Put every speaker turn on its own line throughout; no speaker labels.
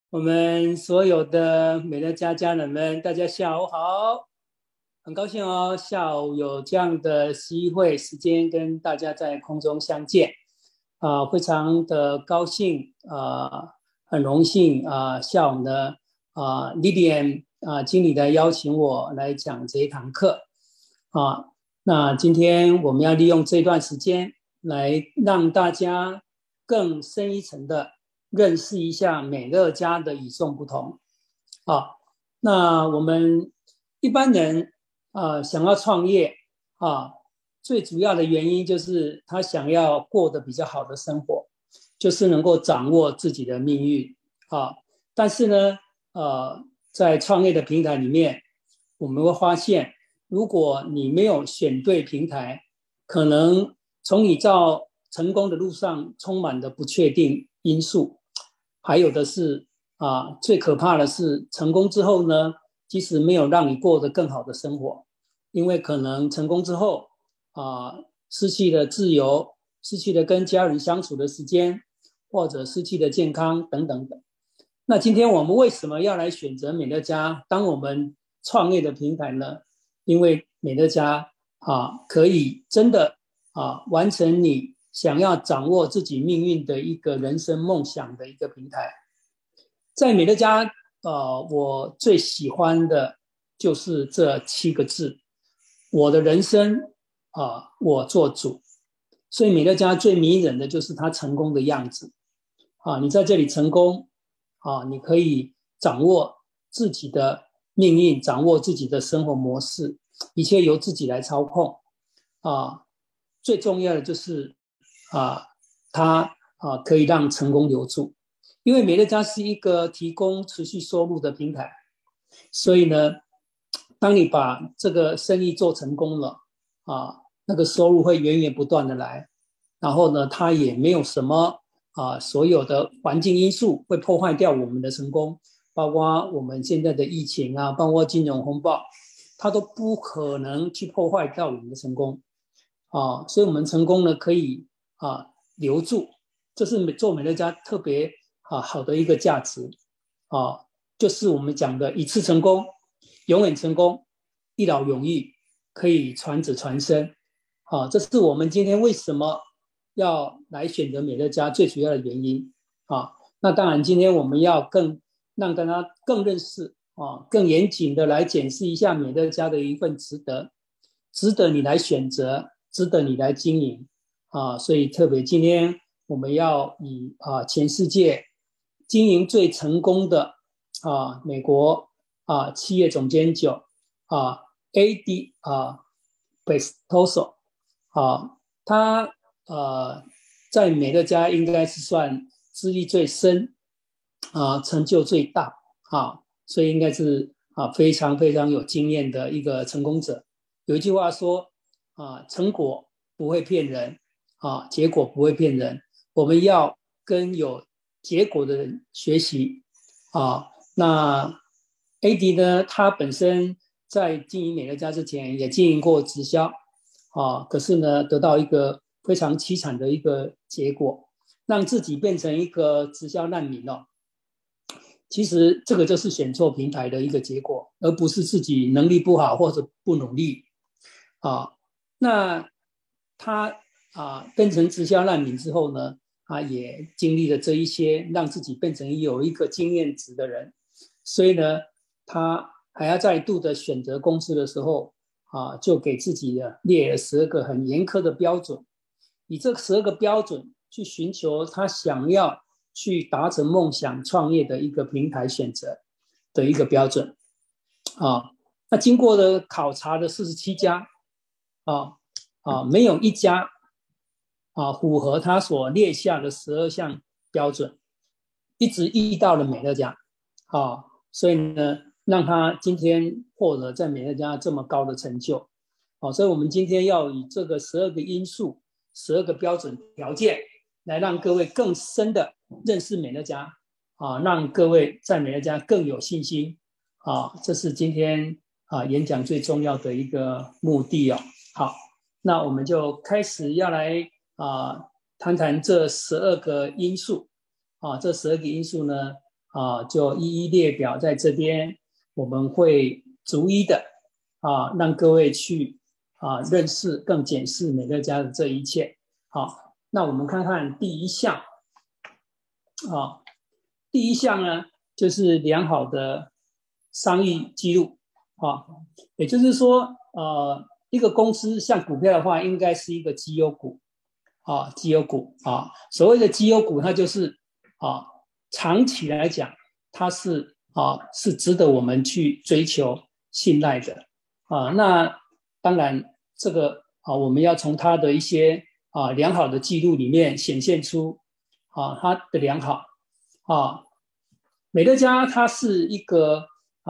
我们所有的美乐家家人们，大家下午好！很高兴哦，下午有这样的机会时间跟大家在空中相见，非常的高兴，很荣幸下午呢Lilian 经理的邀请我来讲这一堂课啊。那今天我们要利用这段时间来让大家更深一层的认识一下美乐家的与众不同啊。那我们一般人想要创业啊，最主要的原因就是他想要过得比较好的生活，就是能够掌握自己的命运啊。但是呢，在创业的平台里面，我们会发现，如果你没有选对平台，可能从你到成功的路上充满了不确定因素，还有的是最可怕的是成功之后呢，即使没有让你过得更好的生活，因为可能成功之后失去了自由，失去了跟家人相处的时间，或者失去了健康等等等。那今天我们为什么要来选择美乐家当我们创业的平台呢？因为美乐家可以真的完成你想要掌握自己命运的一个人生梦想的一个平台。在美乐家我最喜欢的就是这7个字：我的人生我做主。所以美乐家最迷人的就是它成功的样子你在这里成功你可以掌握自己的命运，掌握自己的生活模式，一切由自己来操控最重要的就是它可以让成功留住，因为美乐家是一个提供持续收入的平台，所以呢，当你把这个生意做成功了那个收入会源源不断的来，然后呢，它也没有什么所有的环境因素会破坏掉我们的成功，包括我们现在的疫情包括金融风暴，它都不可能去破坏掉我们的成功所以我们成功呢可以留住，这是做美乐家特别好的一个价值就是我们讲的一次成功，永远成功，一劳永逸，可以传子传孙这是我们今天为什么要来选择美乐家最主要的原因那当然，今天我们要让大家更认识更严谨的来检视一下美乐家的一份值得你来选择，值得你来经营所以特别今天我们要以全世界经营最成功的美国企业总监酒AD Bestoso他在美乐家应该是算资历最深成就最大所以应该是非常非常有经验的一个成功者。有一句话说成果不会骗人结果不会骗人，我们要跟有结果的人学习那 AD 呢，他本身在经营美乐家之前也经营过直销可是呢得到一个非常凄惨的一个结果，让自己变成一个直销难民其实这个就是选错平台的一个结果，而不是自己能力不好或者不努力那他变成直销难民之后呢，他也经历了这一些，让自己变成有一个经验值的人，所以呢，他还要再度的选择公司的时候就给自己列了12个很严苛的标准，以这12个标准去寻求他想要去达成梦想创业的一个平台选择的一个标准那经过了考察的47家没有一家符合他所列下的12项标准，一直遇到了美乐家所以呢，让他今天获得在美乐家这么高的成就所以我们今天要以这个12个因素、12个标准条件，来让各位更深的认识美乐家让各位在美乐家更有信心这是今天演讲最重要的一个目的好，那我们就开始要来谈谈这12个因素这12个因素呢就一一列表在这边，我们会逐一的让各位去认识、更检视美乐家的这一切。好，那我们看看第一项。第一项呢，就是良好的商业记录。也就是说，一个公司像股票的话，应该是一个绩优股。绩优股所谓的绩优股，它就是长期来讲，它是是值得我们去追求、信赖的。那当然，这个我们要从它的一些良好的记录里面显现出它的良好。美乐家它是一个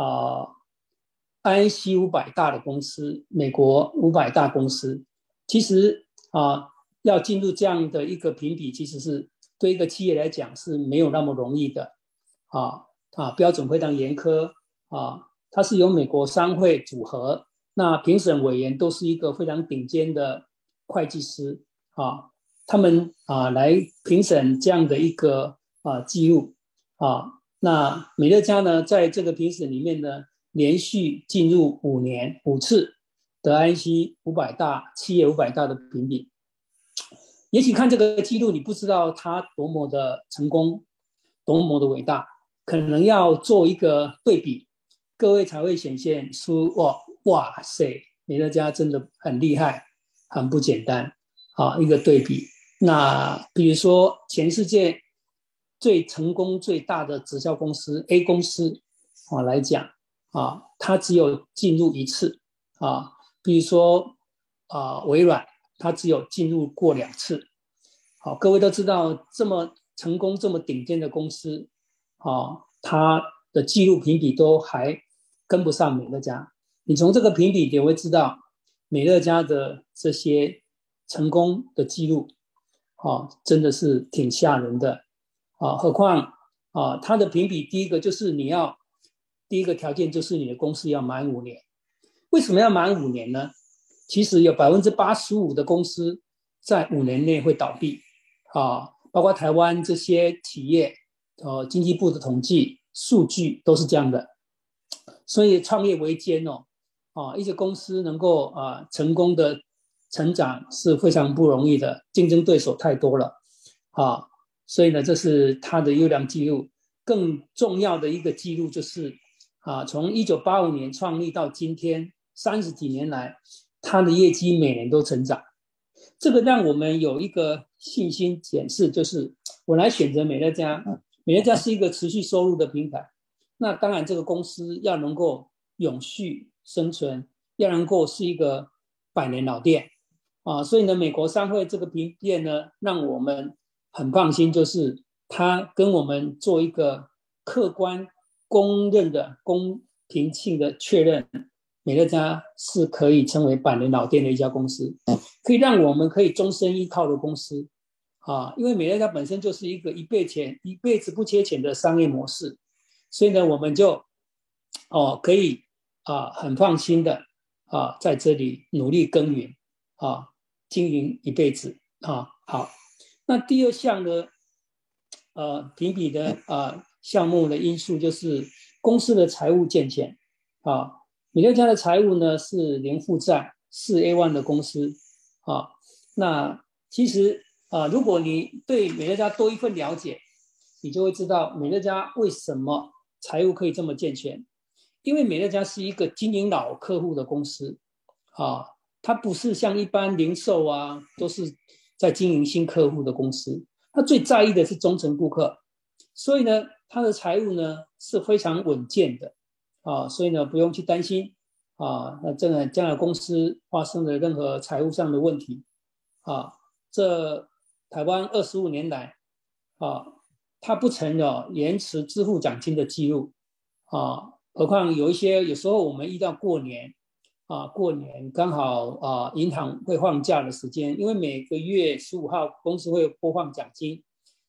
INC 500大的公司，美国500大公司。其实要进入这样的一个评比，其实是对一个企业来讲是没有那么容易的。标准非常严苛它是由美国商会组合，那评审委员都是一个非常顶尖的会计师他们来评审这样的一个记录那美乐家呢，在这个评审里面呢，连续进入5次的 INC 500大企业500大的评比。也许看这个记录，你不知道它多么的成功，多么的伟大，可能要做一个对比，各位才会显现出哇塞，美乐家真的很厉害，很不简单一个对比。那比如说全世界最成功最大的直销公司 A 公司来讲它只有进入1次比如说微软，它只有进入过2次。各位都知道，这么成功、这么顶尖的公司它的记录评比都还跟不上美乐家。你从这个评比也会知道，美乐家的这些成功的记录真的是挺吓人的何况它的评比第一个条件就是你的公司要满5年。为什么要满5年呢？其实有85%的公司在5年内会倒闭包括台湾这些企业经济部的统计数据都是这样的。所以创业维艰一些公司能够成功的成长是非常不容易的，竞争对手太多了所以呢，这是它的优良记录。更重要的一个记录就是从1985年创立到今天30几年来，它的业绩每年都成长。这个让我们有一个信心检视，就是我来选择美乐家，美乐家是一个持续收入的平台。那当然，这个公司要能够永续生存，要能够是一个100年老店所以呢，美国商会这个评鉴呢，让我们很放心，就是它跟我们做一个客观、公认的、公平性的确认，美乐家是可以成为100年老店的一家公司，可以让我们可以终身依靠的公司因为美乐家本身就是一个一辈子不缺钱的商业模式。所以呢，我们就可以很放心的在这里努力耕耘经营一辈子好，那第2项呢评比的项目的因素就是公司的财务健全美乐家的财务呢是零负债，是 A1 的公司那其实如果你对美乐家多一份了解，你就会知道美乐家为什么财务可以这么健全。因为美乐家是一个经营老客户的公司它不是像一般零售都是在经营新客户的公司，它最在意的是忠诚顾客。所以呢，它的财务呢是非常稳健的所以呢不用去担心那这个将来公司发生了任何财务上的问题这台湾25年来它不曾有延迟支付奖金的记录何况有时候我们遇到过年过年刚好银行会放假的时间，因为每个月15号公司会拨放奖金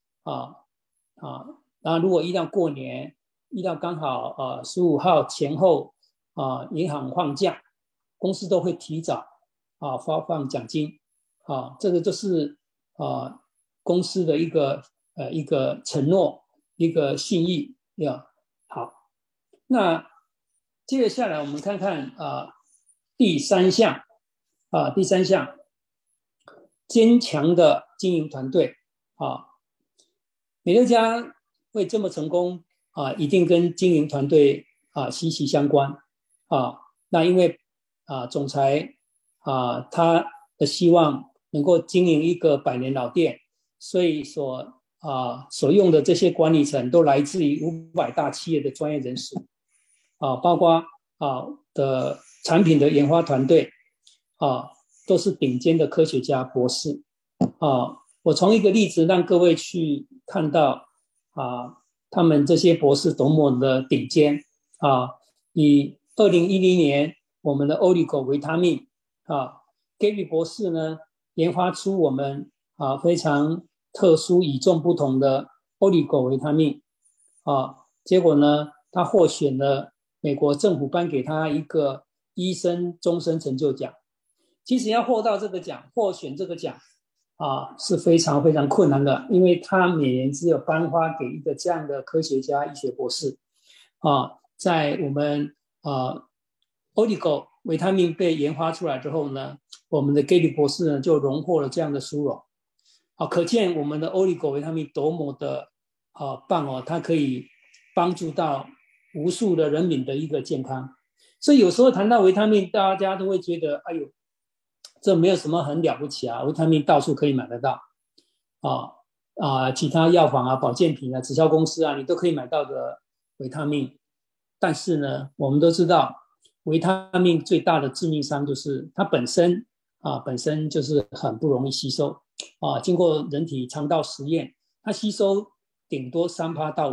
然后如果遇到过年，遇到刚好15号前后银行放假，公司都会提早发放奖金这个就是公司的一个承诺，一个信誉， 呀，好，那接着下来我们看看第三项第三项坚强的经营团队啊，美乐家会这么成功一定跟经营团队息息相关那因为总裁他的希望能够经营一个100年老店，所以所用的这些管理层都来自于500大企业的专业人士包括的产品的研发团队都是顶尖的科学家博士我从一个例子让各位去看到他们这些博士多么的顶尖以2010年我们的 Oligo 维他命Gary 博士呢研发出我们非常特殊与众不同的 Oligo 维他命结果呢他获选了美国政府颁给他一个医生终身成就奖。其实要获选这个奖是非常非常困难的，因为他每年只有颁发给一个这样的科学家医学博士在我们Oligo 维他命被研发出来之后呢，我们的 Gary 博士呢就荣获了这样的殊荣可见我们的 Oligo 维他命多么的棒它可以帮助到无数的人民的一个健康。所以有时候谈到维他命，大家都会觉得哎呦，这没有什么很了不起维他命到处可以买得到其他药房保健品直销公司你都可以买到的维他命。但是呢，我们都知道维他命最大的致命伤就是它本身就是很不容易吸收经过人体肠道实验，它吸收顶多3%到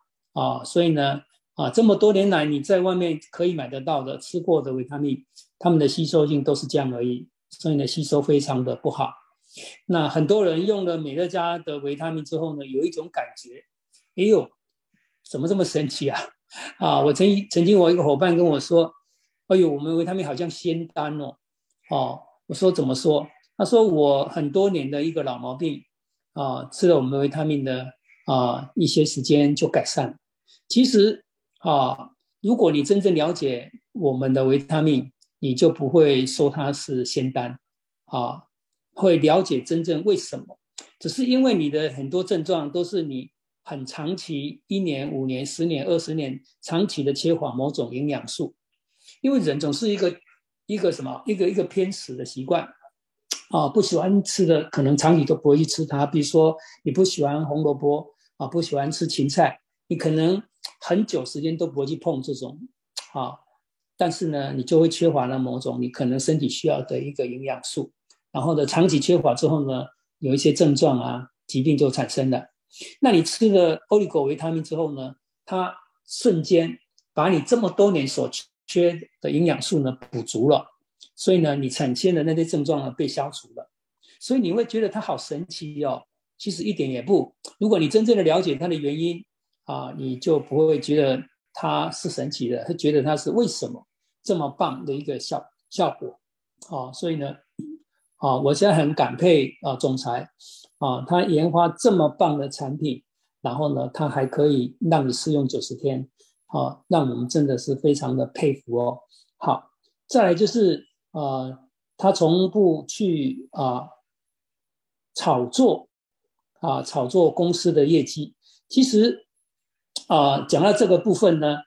5%所以呢这么多年来你在外面可以买得到的吃过的维他命，它们的吸收性都是这样而已，所以呢吸收非常的不好。那很多人用了美乐家的维他命之后呢，有一种感觉，哎呦，怎么这么神奇我曾经我一个伙伴跟我说，哎呦，我们维他命好像仙丹我说怎么说？他说我很多年的一个老毛病吃了我们维他命的一些时间就改善。其实如果你真正了解我们的维他命，你就不会说它是仙丹会了解真正为什么。只是因为你的很多症状都是你很长期1年、5年、10年、20年长期的缺乏某种营养素。因为人总是一个偏食的习惯不喜欢吃的可能长期都不会去吃它。比如说你不喜欢红萝卜不喜欢吃芹菜，你可能很久时间都不会去碰这种但是呢你就会缺乏了某种你可能身体需要的一个营养素，然后呢长期缺乏之后呢，有一些症状疾病就产生了。那你吃了 Oligo 维他命之后呢，它瞬间把你这么多年所缺的营养素呢补足了，所以呢你产生的那些症状呢被消除了。所以你会觉得它好神奇其实一点也不。如果你真正的了解它的原因你就不会觉得它是神奇的，会觉得它是为什么这么棒的一个效果所以呢我现在很感佩总裁他研发这么棒的产品，然后呢他还可以让你试用90天让我们真的是非常的佩服好，再来就是他从不去炒作公司的业绩。其实讲到这个部分呢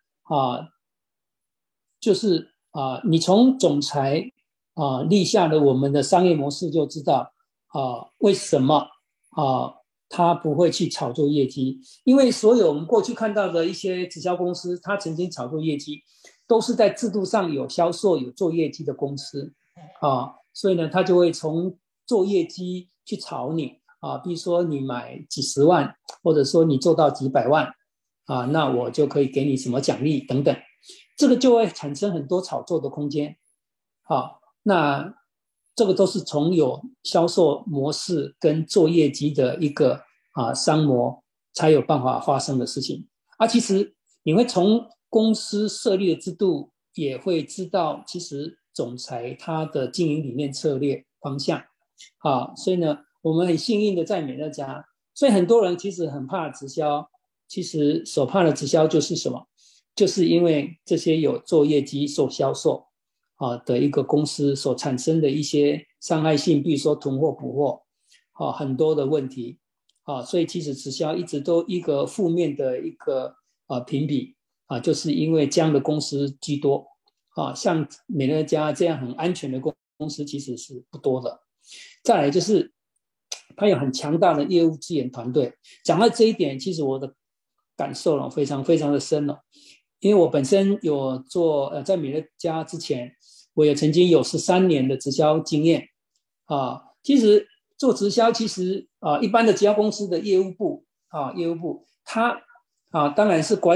就是你从总裁立下的我们的商业模式就知道为什么他不会去炒作业绩。因为所有我们过去看到的一些直销公司，他曾经炒作业绩都是在制度上有销售有做业绩的公司所以呢他就会从做业绩去炒你比如说你买几十万，或者说你做到几百万那我就可以给你什么奖励等等，这个就会产生很多炒作的空间那这个都是从有销售模式跟做业绩的一个商模才有办法发生的事情其实你会从公司设立的制度也会知道，其实总裁他的经营理念策略方向所以呢我们很幸运的在美乐家，所以很多人其实很怕直销， 其实所怕的直销就是什么？就是因为这些有做业绩、做销售的一个公司所产生的一些伤害性，比如说囤货补货很多的问题所以其实直销一直都一个负面的一个评比就是因为这样的公司居多像美乐家这样很安全的公司其实是不多的。再来就是它有很强大的业务资源团队。讲到这一点，其实我的感受了非常非常的深了，因为我本身有做在美乐家之前，我也曾经有13年的直销经验其实做直销，其实一般的直销公司的业务部它当然是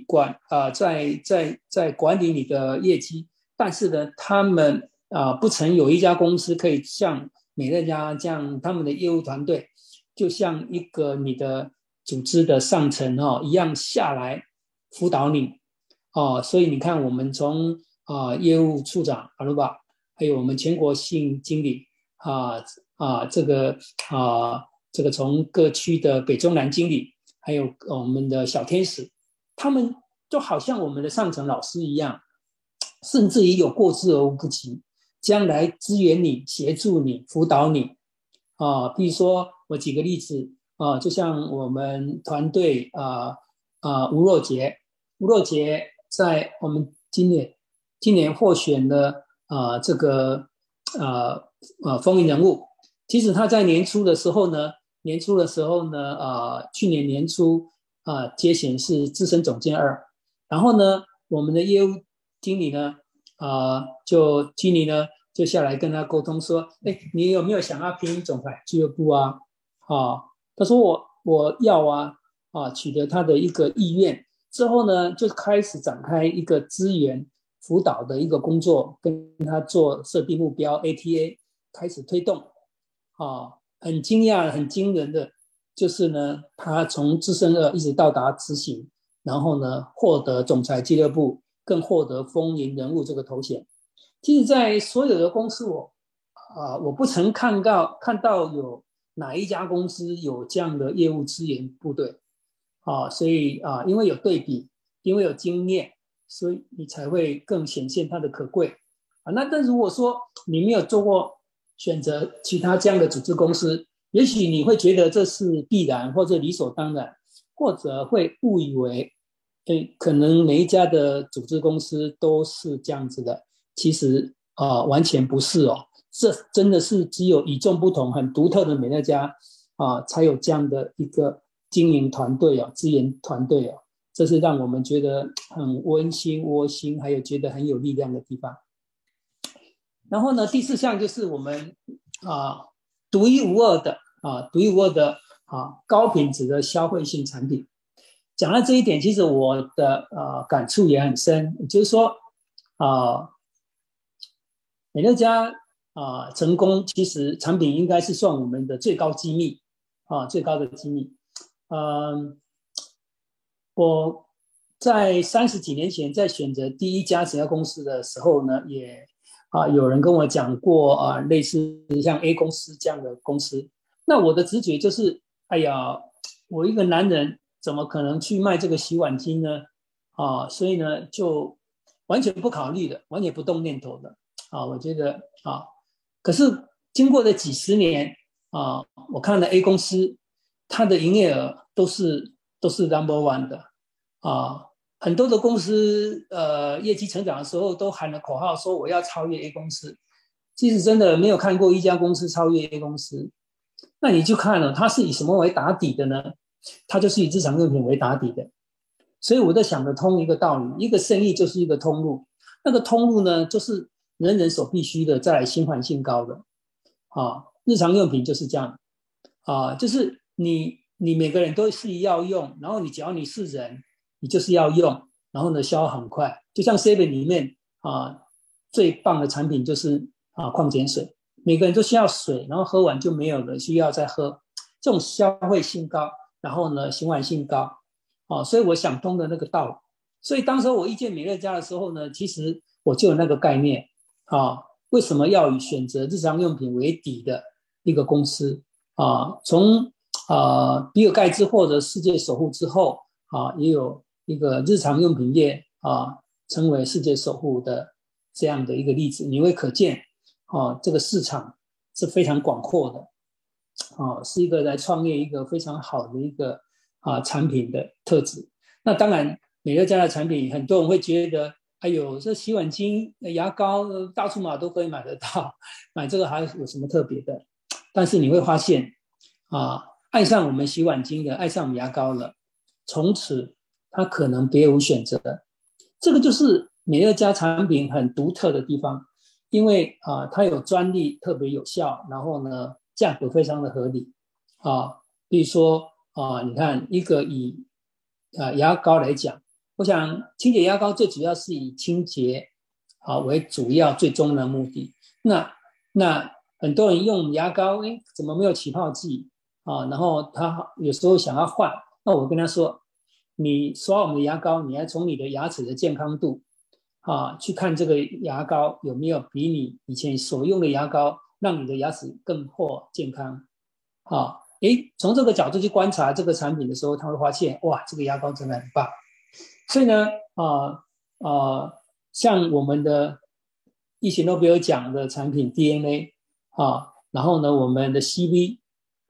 在管理你的业绩，但是呢，他们不曾有一家公司可以像美乐家这样，他们的业务团队就像一个你的组织的上层一样下来辅导你所以你看，我们从业务处长阿鲁巴，还有我们全国性经理这个从各区的北中南经理，还有我们的小天使，他们就好像我们的上层老师一样，甚至于有过之而无不及，将来支援你、协助你、辅导你比如说我举个例子就像我们团队吴若杰在我们今年获选的这个风云人物。其实他在年初的时候呢，去年年初接选是资深总监2，然后呢，我们的业务经理呢就下来跟他沟通说，你有没有想要拼总裁俱乐部他说我要取得他的一个意愿之后呢，就开始展开一个资源辅导的一个工作，跟他做设定目标 ATA 开始推动很惊讶很惊人的就是呢，他从资深2一直到达执行，然后呢获得总裁俱乐部，更获得风云人物这个头衔。其实在所有的公司我不曾看到有哪一家公司有这样的业务资源部队所以因为有对比，因为有经验，所以你才会更显现它的可贵那但如果说你没有做过选择其他这样的组织公司，也许你会觉得这是必然或者理所当然，或者会误以为可能每一家的组织公司都是这样子的，其实完全不是这真的是只有与众不同很独特的美乐家才有这样的一个经营团队资源团队这是让我们觉得很温馨窝心，还有觉得很有力量的地方。然后呢，第4项就是我们独一无二的高品质的消费性产品。讲到这一点，其实我的感触也很深，就是说美乐家成功，其实产品应该是算我们的最高机密最高的机密。我在30几年前在选择第一家直销公司的时候呢，也有人跟我讲过类似像 A 公司这样的公司。那我的直觉就是，哎呀，我一个男人怎么可能去卖这个洗碗机呢？所以呢，就完全不考虑的，完全不动念头的我觉得可是经过了几十年我看了 A 公司，它的营业额都是 No.1 的很多的公司业绩成长的时候都喊了口号说我要超越 A 公司，其实真的没有看过一家公司超越 A 公司。那你就看了它是以什么为打底的呢？它就是以日常用品为打底的。所以我在想得通一个道理，一个生意就是一个通路，那个通路呢就是人人所必须的，再来新环性高的日常用品就是这样就是你每个人都是要用，然后只要你是人，你就是要用，然后呢消耗很快。就像 7 里面最棒的产品就是矿泉水，每个人都需要水，然后喝完就没有了，需要再喝，这种消费性高，然后呢循环性高所以我想通的那个道理。所以当时我遇见美乐家的时候呢，其实我就有那个概念为什么要以选择日常用品为底的一个公司从比尔盖茨获得世界首富之后， 也有一个日常用品业成为世界首富的这样的一个例子，你会可见这个市场是非常广阔的是一个来创业一个非常好的一个产品的特质。那当然美乐家的产品很多人会觉得哎呦这洗碗巾牙膏到处嘛都可以买得到，买这个还有什么特别的？但是你会发现爱上我们洗碗巾的，爱上我们牙膏了，从此他可能别无选择。这个就是美乐家产品很独特的地方，因为它有专利特别有效，然后呢价格非常的合理比如说你看一个以牙膏来讲，我想清洁牙膏最主要是以清洁为主要最终的目的。那很多人用牙膏怎么没有起泡剂然后他有时候想要换，那我跟他说，你刷我们的牙膏，你要从你的牙齿的健康度去看这个牙膏有没有比你以前所用的牙膏让你的牙齿更或健康从这个角度去观察这个产品的时候，他会发现哇，这个牙膏真的很棒。所以呢像我们的医学诺贝尔奖的产品 DNA 然后呢我们的 CV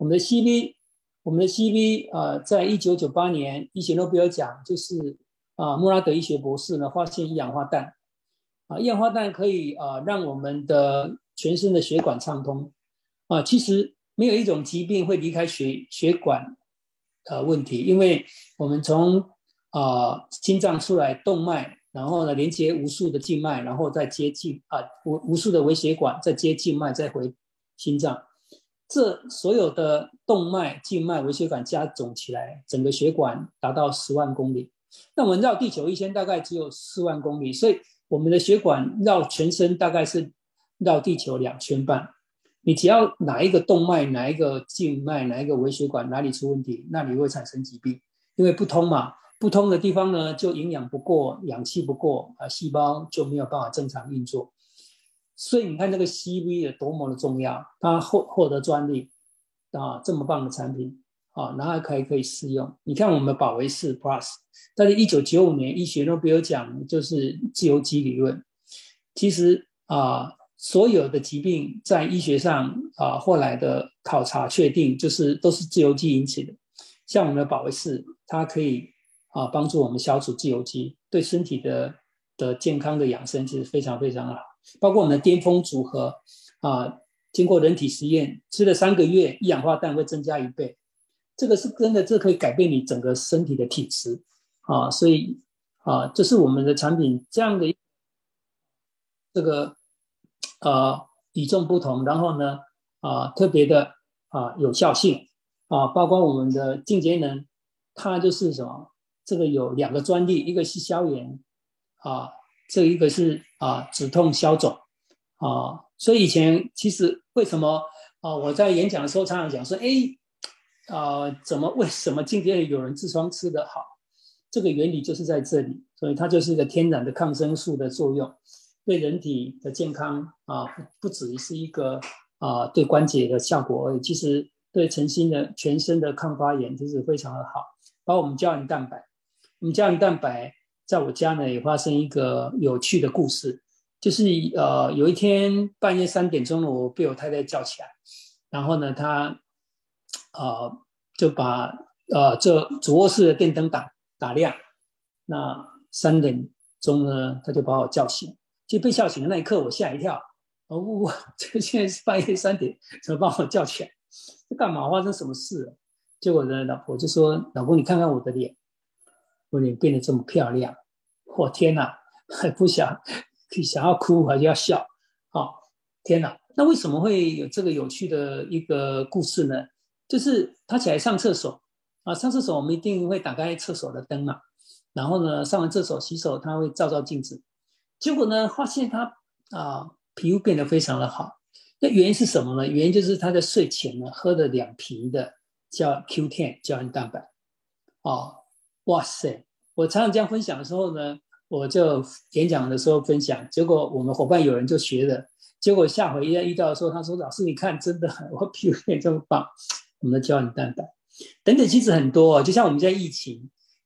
在1998年医学诺贝尔奖就是穆拉德医学博士呢发现一氧化氮一氧化氮可以让我们的全身的血管畅通其实没有一种疾病会离开血管问题，因为我们从心脏出来动脉，然后呢连接无数的静脉，然后再接无数的微血管，再接静脉，再回心脏。这所有的动脉、静脉、微血管加总起来，整个血管达到10万公里。那我们绕地球一圈大概只有4万公里，所以我们的血管绕全身大概是绕地球2圈半。你只要哪一个动脉、哪一个静脉、哪一个微血管哪里出问题，那里会产生疾病，因为不通嘛。不通的地方呢，就营养不过，氧气不过细胞就没有办法正常运作。所以你看这个 CV 有多么的重要，它获得专利这么棒的产品然后还可以试用。你看我们保维士 Plus， 在1995年医学诺贝尔奖就是自由基理论。其实所有的疾病在医学上后来的考察确定就是都是自由基引起的。像我们的保维士，它可以帮助我们消除自由基，对身体的健康的养生是非常非常好。包括我们的巅峰组合经过人体实验，吃了3个月，一氧化氮会增加1倍。这个是真的，这可以改变你整个身体的体质所以这是我们的产品这样的这个与众不同，然后呢特别的有效性包括我们的净节能，它就是什么？这个有2个专利，一个是消炎这一个是止痛消肿所以以前其实为什么我在演讲的时候常常讲说，为什么今天有人痔疮吃得好？这个原理就是在这里，所以它就是一个天然的抗生素的作用，对人体的健康不只是一个对关节的效果而已，其实对全身的抗发炎就是非常的好。包括我们胶原蛋白，在我家呢也发生一个有趣的故事，就是有一天半夜3点钟呢，我被我太太叫起来，然后呢她就把这主卧室的电灯打亮，那3点钟呢她就把我叫醒，就被叫醒的那一刻我吓一跳，这现在是半夜3点，怎么把我叫起来？这干嘛？发生什么事了？结果呢老婆就说，老公你看看我的脸，我脸变得这么漂亮，天哪，不想要哭还是要笑天哪。那为什么会有这个有趣的一个故事呢？就是他起来上厕所上厕所我们一定会打开厕所的灯嘛，然后呢上完厕所洗手他会照镜子，结果呢发现他皮肤变得非常的好。那原因是什么呢？原因就是他在睡前呢喝了2瓶的叫 Q10 胶原蛋白哇塞，我常常这样分享的时候呢，我就演讲的时候分享，结果我们伙伴有人就学了，结果下回遇到的时候，他说老师你看真的我皮肤变这么棒，我们的胶原蛋白等等其实很多就像我们现在疫情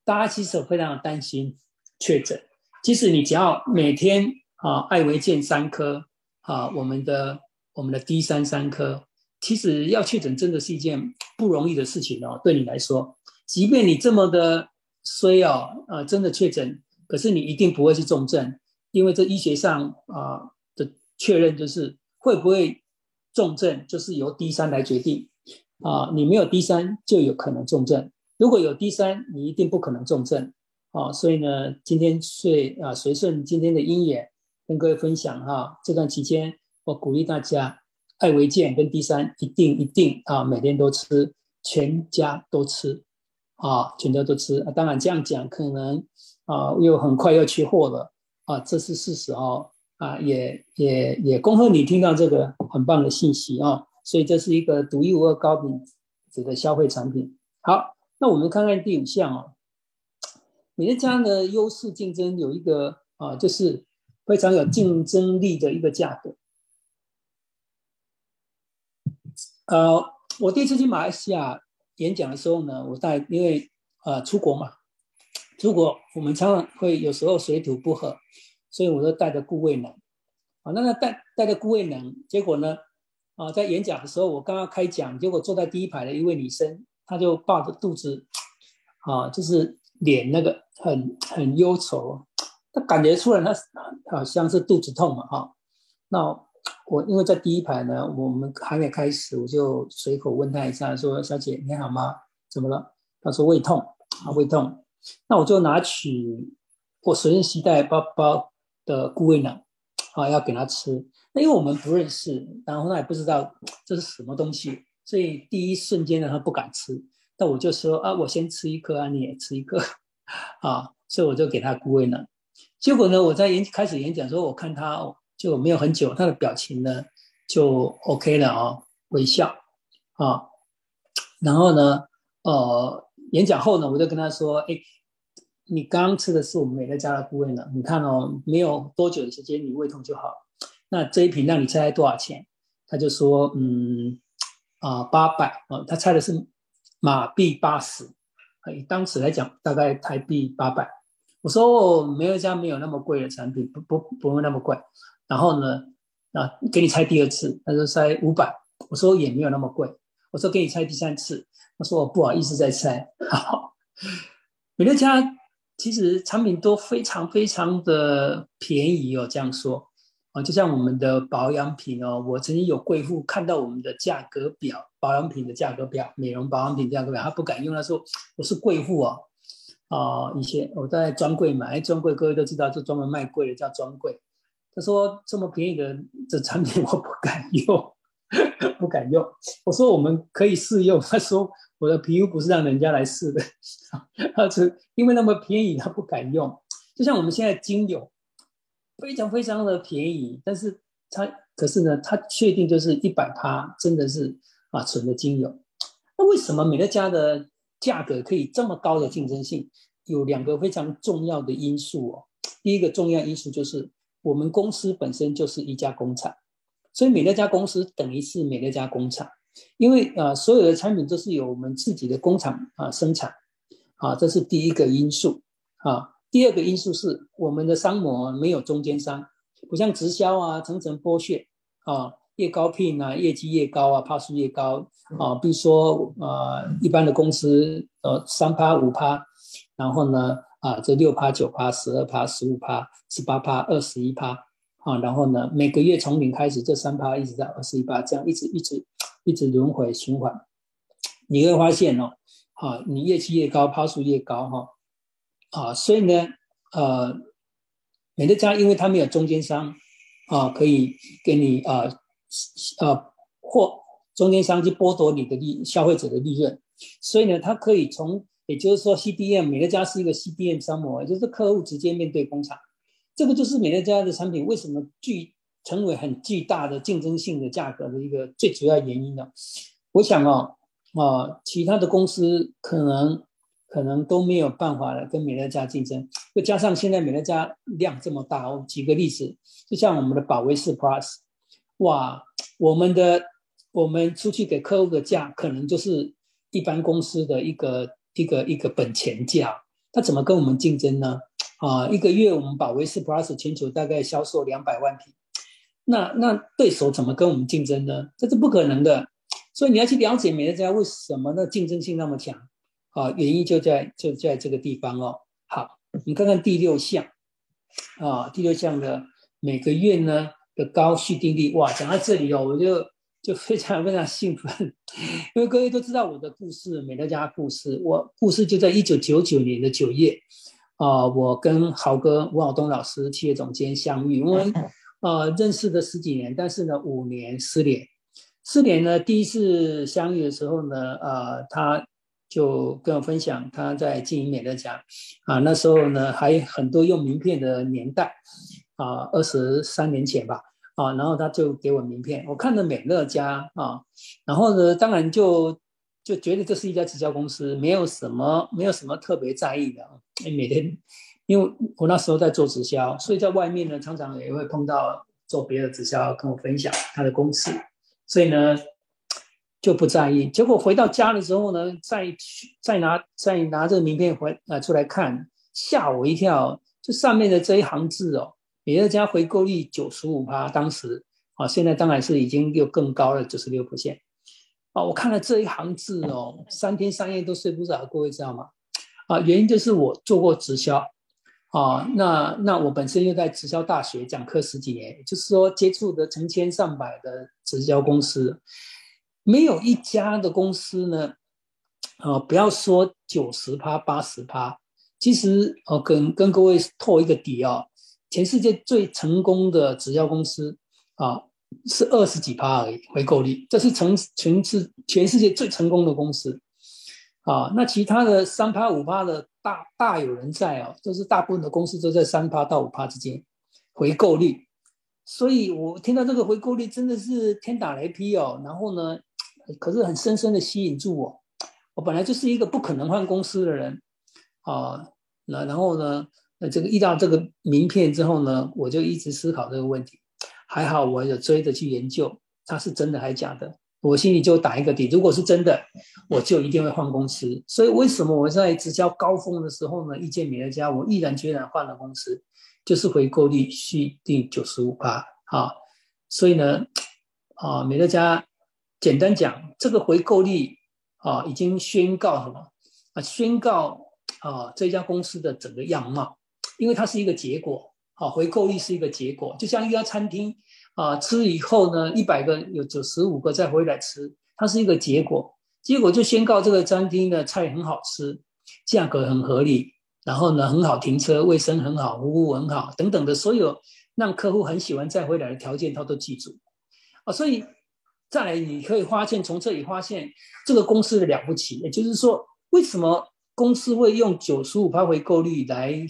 大家其实非常的担心确诊。其实你只要每天艾维健3颗我们的 D3 3颗，其实要确诊真的是一件不容易的事情哦。对你来说，即便你这么的衰真的确诊，可是你一定不会是重症，因为这医学上的确认就是会不会重症，就是由 D3 来决定你没有 D3 就有可能重症，如果有 D3，你一定不可能重症所以呢，今天随顺今天的因缘，跟各位分享这段期间我鼓励大家，艾维健跟 D3 一定每天都吃，全家都吃全家都吃当然这样讲可能又很快要缺货了这是事实也恭贺你听到这个很棒的信息所以这是一个独一无二高品质的消费产品。好，那我们看看第5项美乐家的优势竞争有一个就是非常有竞争力的一个价格。我第一次去马来西亚演讲的时候呢，因为出国嘛，我们常常会有时候水土不合，所以我都带着固胃能那带着固胃能，结果呢在演讲的时候，我刚刚开讲，结果坐在第一排的一位女生，她就抱着肚子就是脸那个很忧愁，她感觉出来她好像是肚子痛嘛那我因为在第一排呢，我们还没开始，我就随口问她一下，说：“小姐你好吗？怎么了？”她说：“胃痛胃痛。”那我就拿起我随身携带包包的固胃能要给她吃。那因为我们不认识，然后他也不知道这是什么东西，所以第一瞬间呢，他不敢吃。那我就说我先吃1颗你也吃1颗所以我就给他固胃能。结果呢，我在开始演讲的时候，我看他就没有很久，他的表情呢就 OK 了微笑然后呢，演讲后呢，我就跟他说，你刚刚吃的是我们美乐家的固胃能，你看没有多久的时间，你胃痛就好。那这一瓶让你猜多少钱？他就说800他猜的是马币80，以当时来讲大概台币800。我说美乐家没有那么贵的产品，不会那么贵。然后呢给你猜第2次，他说猜500，我说也没有那么贵。我说给你猜第3次，他说我不好意思再猜。美乐家其实产品都非常非常的便宜这样说就像我们的保养品我曾经有贵妇看到我们的价格表，保养品的价格表，美容保养品价格表，她不敢用，她说我是贵妇以前我在专柜买，专柜各位都知道，就专门卖贵的叫专柜。她说这么便宜的产品我不敢用，不敢用。我说我们可以试用，她说我的皮肤不是让人家来试的，她说因为那么便宜她不敢用。就像我们现在精油。非常非常的便宜，但是可是呢，它确定就是100%真的是纯的精油。那为什么美乐家的价格可以这么高的竞争性？有2个非常重要的因素第一个重要因素就是我们公司本身就是一家工厂，所以美乐家公司等于是美乐家工厂，因为所有的产品都是由我们自己的工厂生产这是第一个因素第2个因素是我们的商模没有中间商，不像直销层层剥削越高聘业绩越高趴数越高比如说一般的公司3%、5%，然后呢这6%、9%、12%、15%、18%、21%然后呢每个月从0开始，这3%一直到21%，这样一直轮回循环，你会发现你业绩越高，趴数越高所以呢，美乐家因为它没有中间商可以给你或中间商去剥夺你的消费者的利润，所以呢，它可以也就是说 CDM 美乐家是一个 CDM 商模，也就是客户直接面对工厂，这个就是美乐家的产品为什么成为很巨大的竞争性的价格的一个最主要原因我想其他的公司可能都没有办法来跟美乐家竞争，又加上现在美乐家量这么大举个例子，就像我们的保威士 Plus， 哇，我们出去给客户的价可能就是一般公司的一个本钱价它怎么跟我们竞争呢？一个月我们把维斯 Plus 全球大概销售200万瓶，那对手怎么跟我们竞争呢？这是不可能的。所以你要去了解美乐家为什么的竞争性那么强原因就在这个地方哦。好，你看看第6项第6项的每个月呢的高续订率，哇，讲到这里哦，我就非常非常兴奋，因为各位都知道我的故事，美乐家故事，我故事就在1999年的9月我跟豪哥吴晓东老师企业总监相遇，我们认识的10几年，但是呢5年失联。4年呢，第一次相遇的时候呢，他就跟我分享他在经营美乐家那时候呢还很多用名片的年代23年前吧然后他就给我名片，我看了美乐家然后呢，当然就觉得这是一家直销公司，没有什么特别在意的每天，因为我那时候在做直销，所以在外面呢常常也会碰到做别的直销跟我分享他的公司，所以呢就不在意。结果回到家的时候呢，再拿这个名片出来看，吓我一跳，这上面的这一行字美乐家回购率 95%， 当时现在当然是已经又更高了 96%。我看了这一行字3天3夜都睡不着，各位知道吗？原因就是我做过直销那我本身又在直销大学讲课10几年，也就是说接触的成千上百的直销公司，没有一家的公司呢不要说 90% 80%， 其实跟各位透一个底全世界最成功的直销公司是20几%而已回购率，这是全世界最成功的公司那其他的3%、5%的大有人在就是大部分的公司都在3%到5%之间回购率，所以我听到这个回购率真的是天打雷劈然后呢，可是很深深的吸引住我。我本来就是一个不可能换公司的人然后呢，这个遇到这个名片之后呢，我就一直思考这个问题。还好我有追着去研究，它是真的还是假的，我心里就打一个底，如果是真的，我就一定会换公司。所以为什么我在直销高峰的时候呢，遇见美乐家，我毅然决然换了公司，就是回购率续订 95% 所以呢美乐家简单讲，这个回购率已经宣告什么宣告这家公司的整个样貌，因为它是一个结果回购率是一个结果，就像一家餐厅吃以后呢，100个有95个再回来吃，它是一个结果，结果就宣告这个餐厅的菜很好吃，价格很合理，然后呢很好停车，卫生很好，服务很好等等的所有让客户很喜欢再回来的条件他都记住所以再来你可以发现，从这里发现这个公司的了不起，也就是说为什么公司会用 95% 回购率来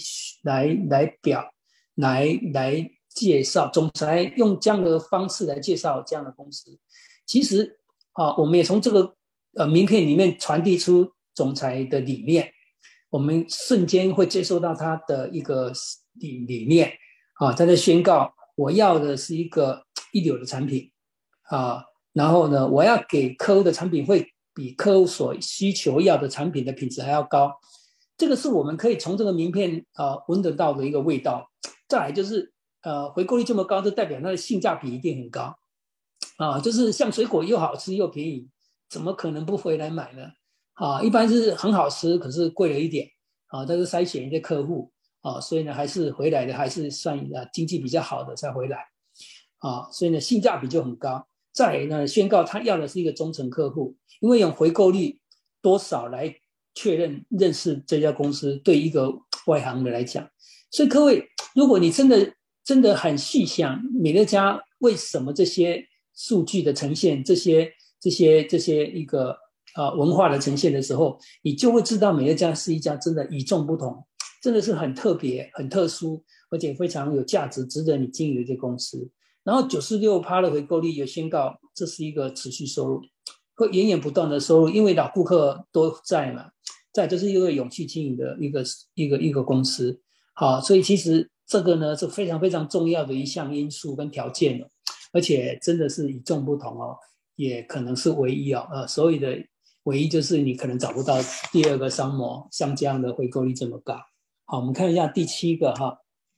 介绍，总裁用这样的方式来介绍这样的公司。其实我们也从这个名片里面传递出总裁的理念，我们瞬间会接受到他的一个理念他在宣告我要的是一个一流的产品然后呢，我要给客户的产品会比客户所需求要的产品的品质还要高，这个是我们可以从这个名片闻得到的一个味道。再来就是回购率这么高，就代表它的性价比一定很高就是像水果又好吃又便宜，怎么可能不回来买呢一般是很好吃，可是贵了一点但是筛选一些客户所以呢还是回来的，还是算经济比较好的才回来所以呢性价比就很高。再来呢宣告他要的是一个忠诚客户，因为用回购率多少来确认认识这家公司，对一个外行的来讲。所以各位，如果你真的很细想美乐家为什么这些数据的呈现，这些一个文化的呈现的时候，你就会知道美乐家是一家真的与众不同，真的是很特别很特殊，而且非常有价值值得你经营的一家公司。然后 96% 的回购率也宣告这是一个持续收入，会源源不断的收入，因为老顾客都在嘛，再就是一个永续经营的一个公司所以其实这个呢是非常非常重要的一项因素跟条件而且真的是与众不同也可能是唯一所有的唯一就是你可能找不到第二个商模像这样的回购率这么高。好，我们看一下第7个哈，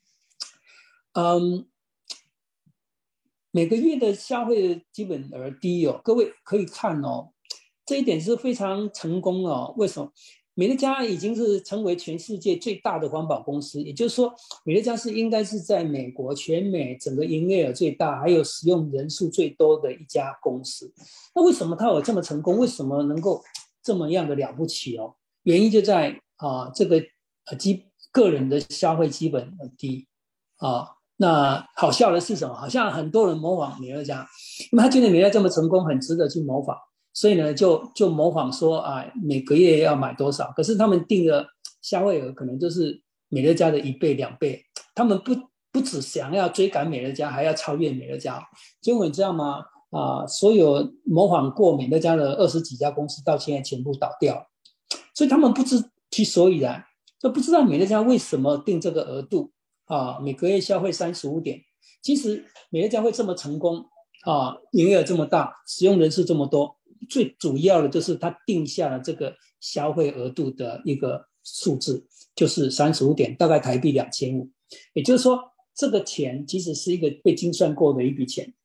每个月的消费基本额低哦，各位可以看哦，这一点是非常成功哦。为什么？美乐家已经是成为全世界最大的环保公司，也就是说，美乐家应该是在美国全美整个营业额最大，还有使用人数最多的一家公司。那为什么它有这么成功？为什么能够这么样的了不起哦？原因就在这个个人的消费基本很低啊。那好笑的是什么？好像很多人模仿美乐家，因为他觉得美乐家这么成功，很值得去模仿。所以呢，就模仿说啊，每个月要买多少，可是他们定的消费额可能就是美乐家的1倍、2倍，他们不只想要追赶美乐家，还要超越美乐家。结果你知道吗？所有模仿过美乐家的20几家公司，到现在全部倒掉了，所以他们不知其所以然，就不知道美乐家为什么定这个额度每个月消费35点。其实美乐家会这么成功营业额这么大，使用人数这么多。最主要的就是他定下了这个消费额度的一个数字，就是35点，大概台币2500。也就是说，这个钱其实是一个被精算过的一笔钱。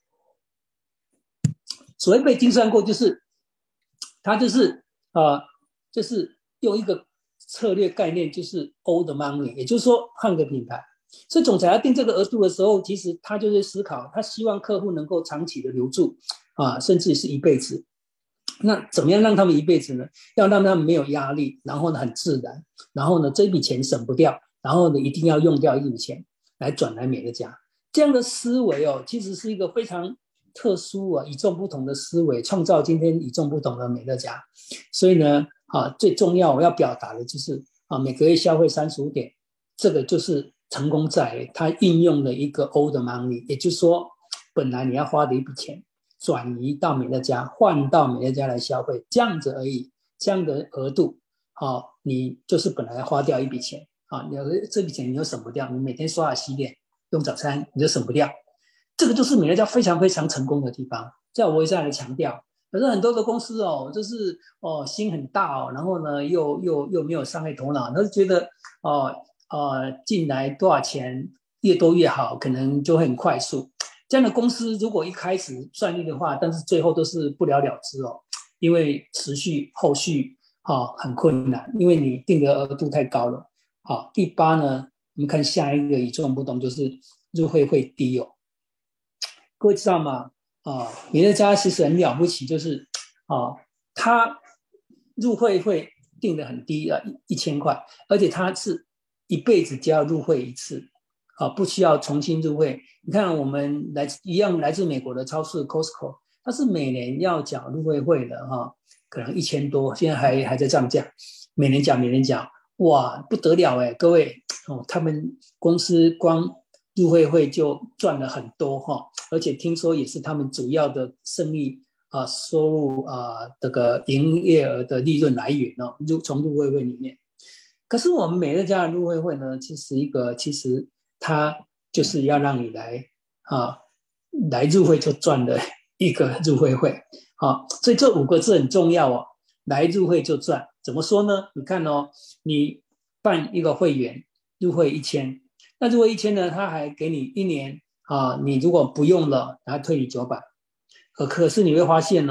所谓被精算过，就是他就是用一个策略概念，就是 old money， 也就是说换个品牌。所以总裁要定这个额度的时候，其实他就是思考，他希望客户能够长期的留住甚至是一辈子。那怎么样让他们一辈子呢？要让他们没有压力，然后呢很自然，然后呢这笔钱省不掉，然后呢一定要用掉一笔钱来转来美乐家。这样的思维其实是一个非常特殊与众不同的思维，创造今天与众不同的美乐家。所以呢最重要我要表达的就是每个月消费35点，这个就是成功在它应用了一个 old money， 也就是说本来你要花的一笔钱转移到美乐家，换到美乐家来消费，这样子而已，这样的额度你就是本来要花掉一笔钱你这笔钱你又省不掉，你每天刷牙洗脸用早餐你就省不掉。这个就是美乐家非常非常成功的地方，这我一再来强调。可是很多的公司就是心很大然后呢又没有商业头脑，他就觉得进来多少钱越多越好，可能就会很快速。这样的公司如果一开始赚利的话，但是最后都是不了了之因为持续后续很困难，因为你定的额度太高了。第8呢，我们看下一个与众不同，就是入会会低各位知道吗？美乐家其实很了不起，就是它入会定得很低1000块，而且它是一辈子就要入会一次不需要重新入会。你看我们一样来自美国的超市 Costco， 它是每年要缴入会费的可能1000多，现在还在涨价，每年缴，哇不得了各位他们公司光入会费就赚了很多而且听说也是他们主要的生意收入这个营业额的利润来源从入会费里面。可是我们美乐家的入会费呢，其实它就是要让你来入会就赚的一个入会费所以这5个字很重要来入会就赚。怎么说呢？你看你办一个会员入会1000，那入会1000呢，他还给你1年你如果不用了，他退你900。可是你会发现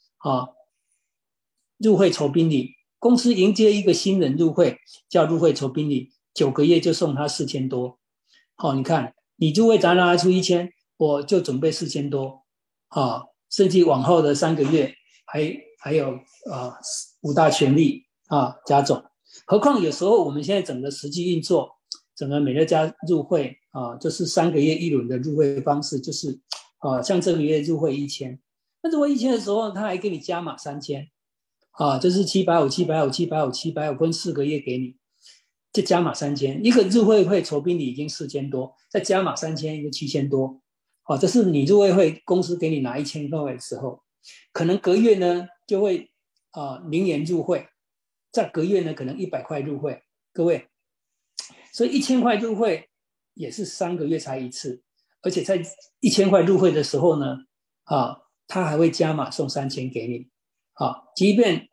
入会酬宾礼，公司迎接一个新人入会叫入会酬宾礼，9个月就送他4000多。你看你入会咱拿出1000，我就准备4000多甚至往后的3个月还有5大权利加总。何况有时候我们现在整个实际运作，整个美乐家入会就是3个月一轮的入会方式，就是像这个月入会1000，那入会1000的时候，他还给你加码3000就是750分4个月给你，再加码3000，一个入会费酬宾礼已经4000多，再加码3000，一个7000多这是你入会费公司给你拿1000块的时候，可能隔月呢就会0元入会，再隔月呢可能100块入会，各位，所以1000块入会也是3个月才一次，而且在1000块入会的时候呢他还会加码送3000给你即便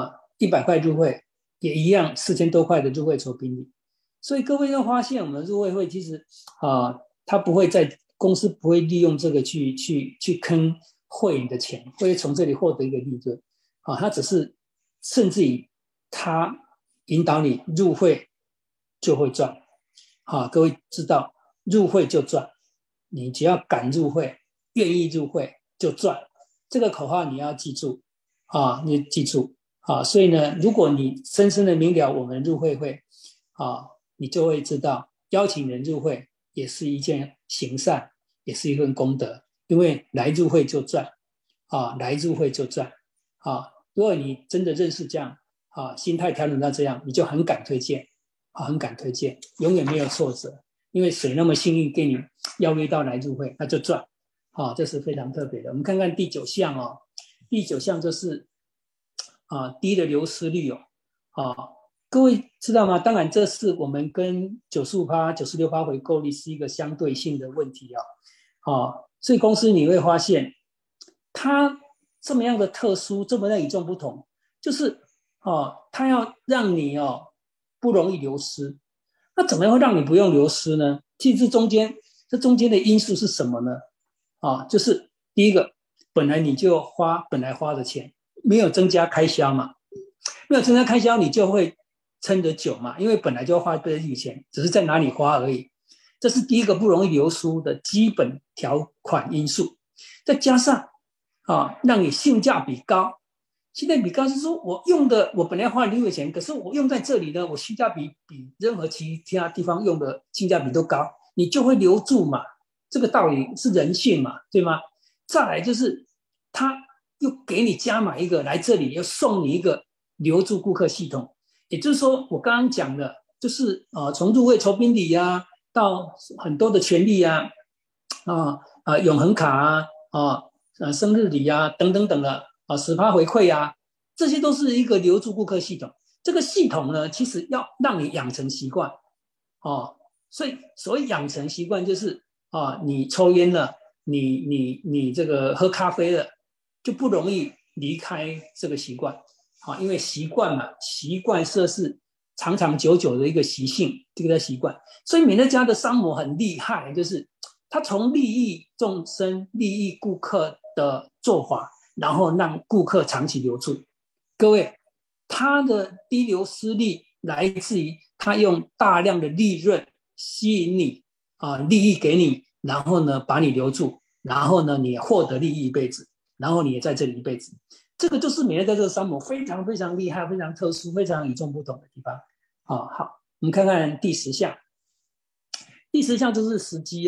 100块入会，也一样4000多块的入会酬宾礼。所以各位会发现，我们的入会费其实他不会在公司不会利用这个去坑会员的钱，会从这里获得一个利润他只是甚至于他引导你入会就会赚各位知道入会就赚，你只要敢入会，愿意入会就赚，这个口号你要记住你记住所以呢，如果你深深的明了我们入会会你就会知道邀请人入会也是一件行善，也是一份功德，因为来入会就赚来入会就赚如果你真的认识这样心态调整到这样，你就很敢推荐很敢推荐，永远没有挫折，因为谁那么幸运给你邀约到来入会，那就赚这是非常特别的。我们看看第9项第9项就是低的流失率各位知道吗？当然这是我们跟95%、96%回购率是一个相对性的问题所以公司你会发现它这么样的特殊，这么样与众不同，就是它要让你不容易流失。那怎么样会让你不用流失呢？其实这中间的因素是什么呢就是第一个，本来你就本来花的钱，没有增加开销嘛，没有增加开销你就会撑得久嘛，因为本来就要花这笔钱，只是在哪里花而已。这是第一个不容易流失的基本条款因素。再加上让你性价比高。性价比高是说我本来花了6块钱，可是我用在这里呢，我性价比比任何其他地方用的性价比都高，你就会留住嘛。这个道理是人性嘛，对吗？再来就是他又给你加码一个，来这里又送你一个留住顾客系统。也就是说我刚刚讲的就是从入会酬宾礼到很多的权利永恒卡生日礼等等等的10%回馈这些都是一个留住顾客系统。这个系统呢，其实要让你养成习惯所以所谓养成习惯就是你抽烟了，你这个喝咖啡了，就不容易离开这个习惯因为习惯嘛，习惯是长长久久的一个习性，这个叫习惯。所以美乐家的商模很厉害，就是他从利益众生、利益顾客的做法，然后让顾客长期留住。各位，他的低流失率来自于他用大量的利润吸引你利益给你，然后呢把你留住，然后呢你获得利益一辈子，然后你也在这里一辈子。这个就是美乐家这个商模非常非常厉害、非常特殊、非常与众不同的地方好，我们看看第10项。第10项就是时机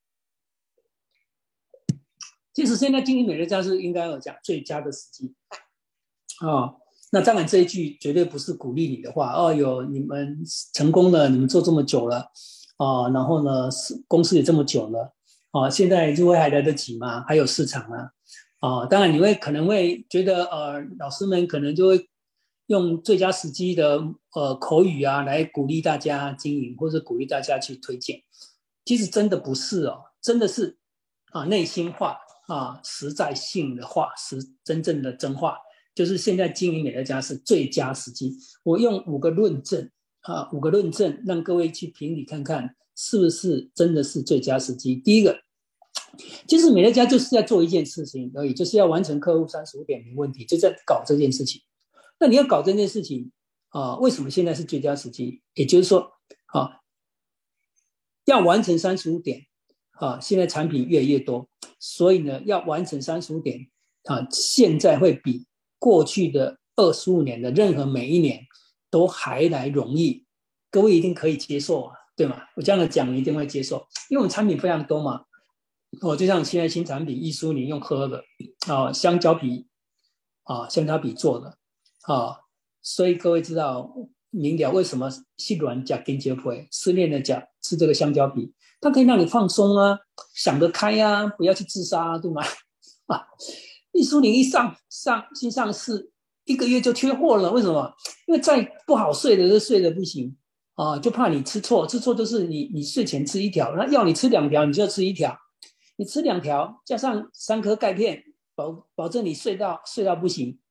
其实现在经营美乐家是应该有讲最佳的时机那当然这一句绝对不是鼓励你的话你们成功了，你们做这么久了然后呢公司也这么久了现在入会还来得及吗？还有市场当然你可能会觉得老师们可能就会用最佳时机的口语来鼓励大家经营，或者鼓励大家去推荐。其实真的不是真的是内心话实在性的话，真正的真话，就是现在经营美乐家是最佳时机。我用5个论证5个论证让各位去评理看看是不是真的是最佳时机。第一个，其实美乐家就是在做一件事情而已，就是要完成客户35点零问题，就在搞这件事情。那你要搞这件事情为什么现在是最佳时机？也就是说要完成35点现在产品越来越多，所以呢要完成35点现在会比过去的25年的任何每一年都还来容易。各位一定可以接受对吗？我这样的讲你一定会接受，因为我们产品非常多嘛就像现在新产品艺术你用喝的香蕉皮做的所以各位知道明了为什么细软加根结皮失恋的讲吃这个香蕉皮，它可以让你放松想得开不要去自杀对吗艺术你一新上市1个月就缺货了，为什么？因为再不好睡的就睡得不行就怕你吃错就是你睡前吃1条，那要你吃2条你就吃1条，你吃2条加上3颗钙片保证你睡到不行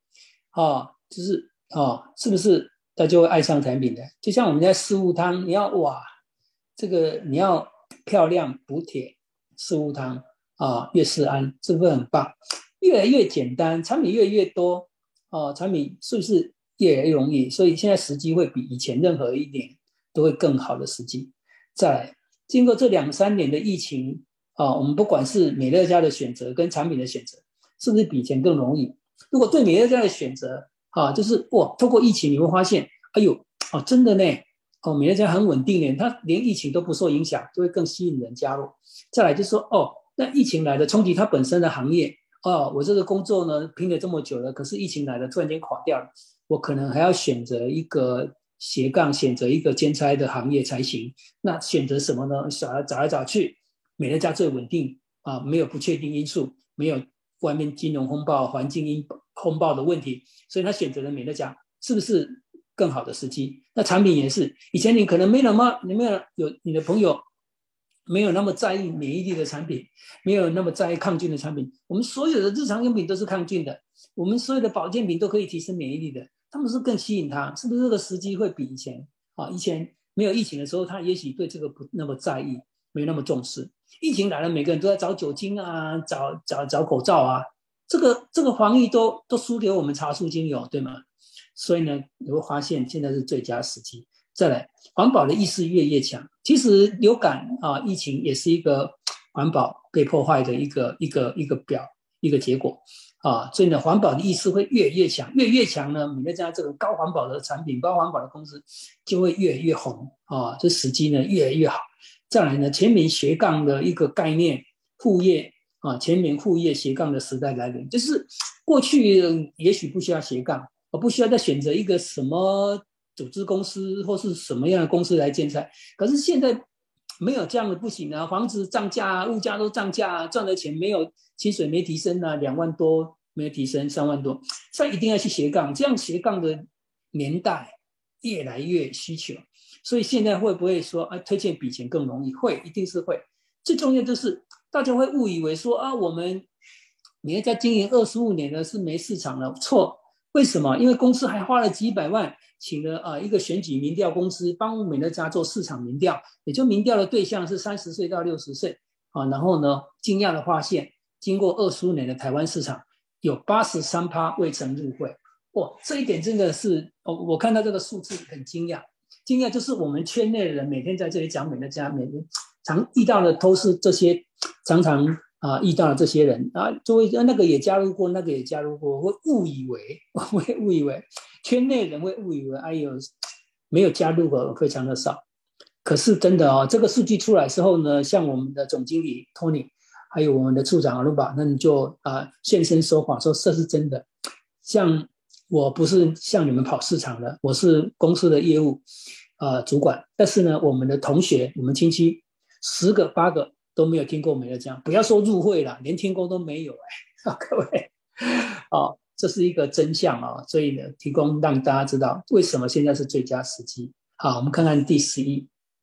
就是是不是他就会爱上产品的？就像我们在四物汤，你要哇，这个你要漂亮补铁，四物汤越是安，是不是很棒？越来越简单，产品越来越多产品是不是越来越容易？所以现在时机会比以前任何一年都会更好的时机。再来，经过这2-3年的疫情我们不管是美乐家的选择跟产品的选择，是不是比以前更容易？如果对美乐家的选择就是透过疫情你会发现，哎呦真的呢美乐家很稳定呢，它连疫情都不受影响，就会更吸引人加入。再来就是说那疫情来的冲击它本身的行业我这个工作呢拼了这么久了，可是疫情来了突然间垮掉了，我可能还要选择一个斜杠，选择一个兼差的行业才行。那选择什么呢？找来找去，美乐家最稳定没有不确定因素，没有外面金融风暴、环境风暴的问题，所以他选择了美乐家，是不是更好的时机？那产品也是，以前你可能没有你的朋友没有那么在意免疫力的产品，没有那么在意抗菌的产品。我们所有的日常用品都是抗菌的，我们所有的保健品都可以提升免疫力的，他们是更吸引他，是不是这个时机会比以前以前没有疫情的时候，他也许对这个不那么在意，没有那么重视。疫情来了，每个人都在找酒精找口罩这个防疫都输给我们茶树精油，对吗？所以呢，你会发现现在是最佳时机。再来，环保的意识越来越强。其实流感疫情也是一个环保被破坏的一个结果所以呢，环保的意识会越来越强，越来越强呢，美乐家这个高环保的产品、高环保的公司就会越来越红这时机呢越来越好。再来呢，全民斜杠的一个概念，副业全民副业斜杠的时代来临，就是过去也许不需要斜杠，我不需要再选择一个什么组织公司或是什么样的公司来建材，可是现在没有这样的不行房子涨价物价都涨价赚的钱没有，薪水没提升2万多没有提升3万多，所以一定要去斜杠，这样斜杠的年代越来越需求，所以现在会不会说推荐比以前更容易？会，一定是会。最重要就是大家会误以为说我们美乐家经营25年了是没市场了，错。为什么？因为公司还花了几百万请了一个选举民调公司帮美乐家做市场民调，也就民调的对象是30岁到60岁然后呢，惊讶的发现，经过25年的台湾市场，有83%未曾入会。这一点真的是我看到这个数字很惊讶。惊讶就是我们圈内的人每天在这里讲美乐家，每天常遇到的都是这些常常遇到了这些人就会那个也加入过，那个也加入过，会误以为圈内人会误以为没有加入过非常的少。可是真的这个数据出来之后呢，像我们的总经理 Tony 还有我们的处长阿鲁巴，那你就现身说法说这是真的。像我不是像你们跑市场的，我是公司的业务主管，但是呢，我们的同学我们亲戚10个8个都没有听过美乐家，不要说入会了，连听过都没有各位这是一个真相所以呢，提供让大家知道为什么现在是最佳时机。好，我们看看第11。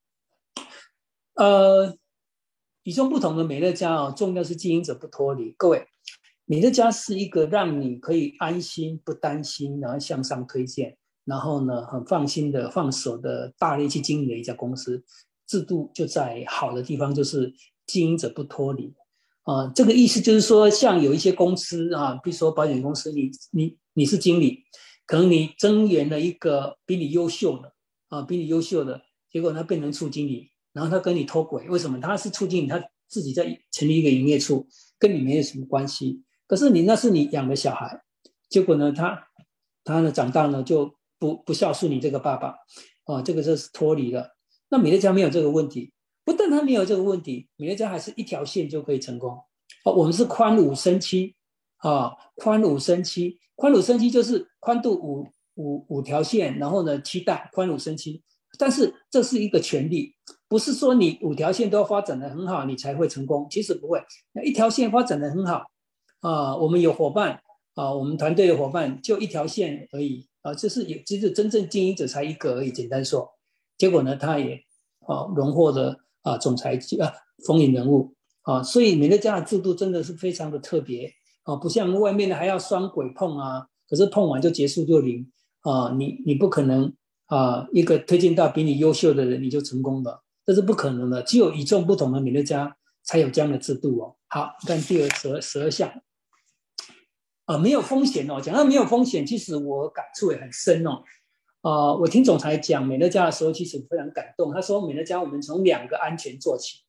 与众不同的美乐家重要是经营者不脱离。各位，美乐家是一个让你可以安心不担心，然后向上推荐，然后呢很放心的放手的大力去经营的一家公司。制度就在好的地方，就是经营者不脱离这个意思就是说，像有一些公司比如说保险公司，你是经理，可能你增援了一个比你优秀的结果他变成处经理，然后他跟你脱轨，为什么？他是处经理，他自己在成立一个营业处，跟你没有什么关系。可是那是你养的小孩，结果呢，他呢长大呢就不孝顺你这个爸爸这个就是脱离了。那美乐家没有这个问题，不但他没有这个问题，美乐家还是一条线就可以成功我们是宽5升7宽5升7，宽5升7就是宽度5条线，然后呢7代宽5升7。但是这是一个权利，不是说你5条线都要发展得很好你才会成功，其实不会。那一条线发展得很好我们有伙伴我们团队的伙伴就一条线而已其实真正经营者才1个而已，简单说。结果呢，他也荣获了总裁风云人物所以美乐家的制度真的是非常的特别不像外面的还要双轨碰可可是碰完就结束就零你不可能一个推荐到比你优秀的人你就成功了，这是不可能的。只有与众不同的美乐家才有这样的制度哦。好，看第12项。没有风险哦。讲到没有风险，其实我感触也很深哦。我听总裁讲美乐家的时候，其实非常感动。他说美乐家我们从2个安全做起。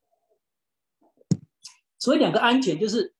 所谓2个安全，就是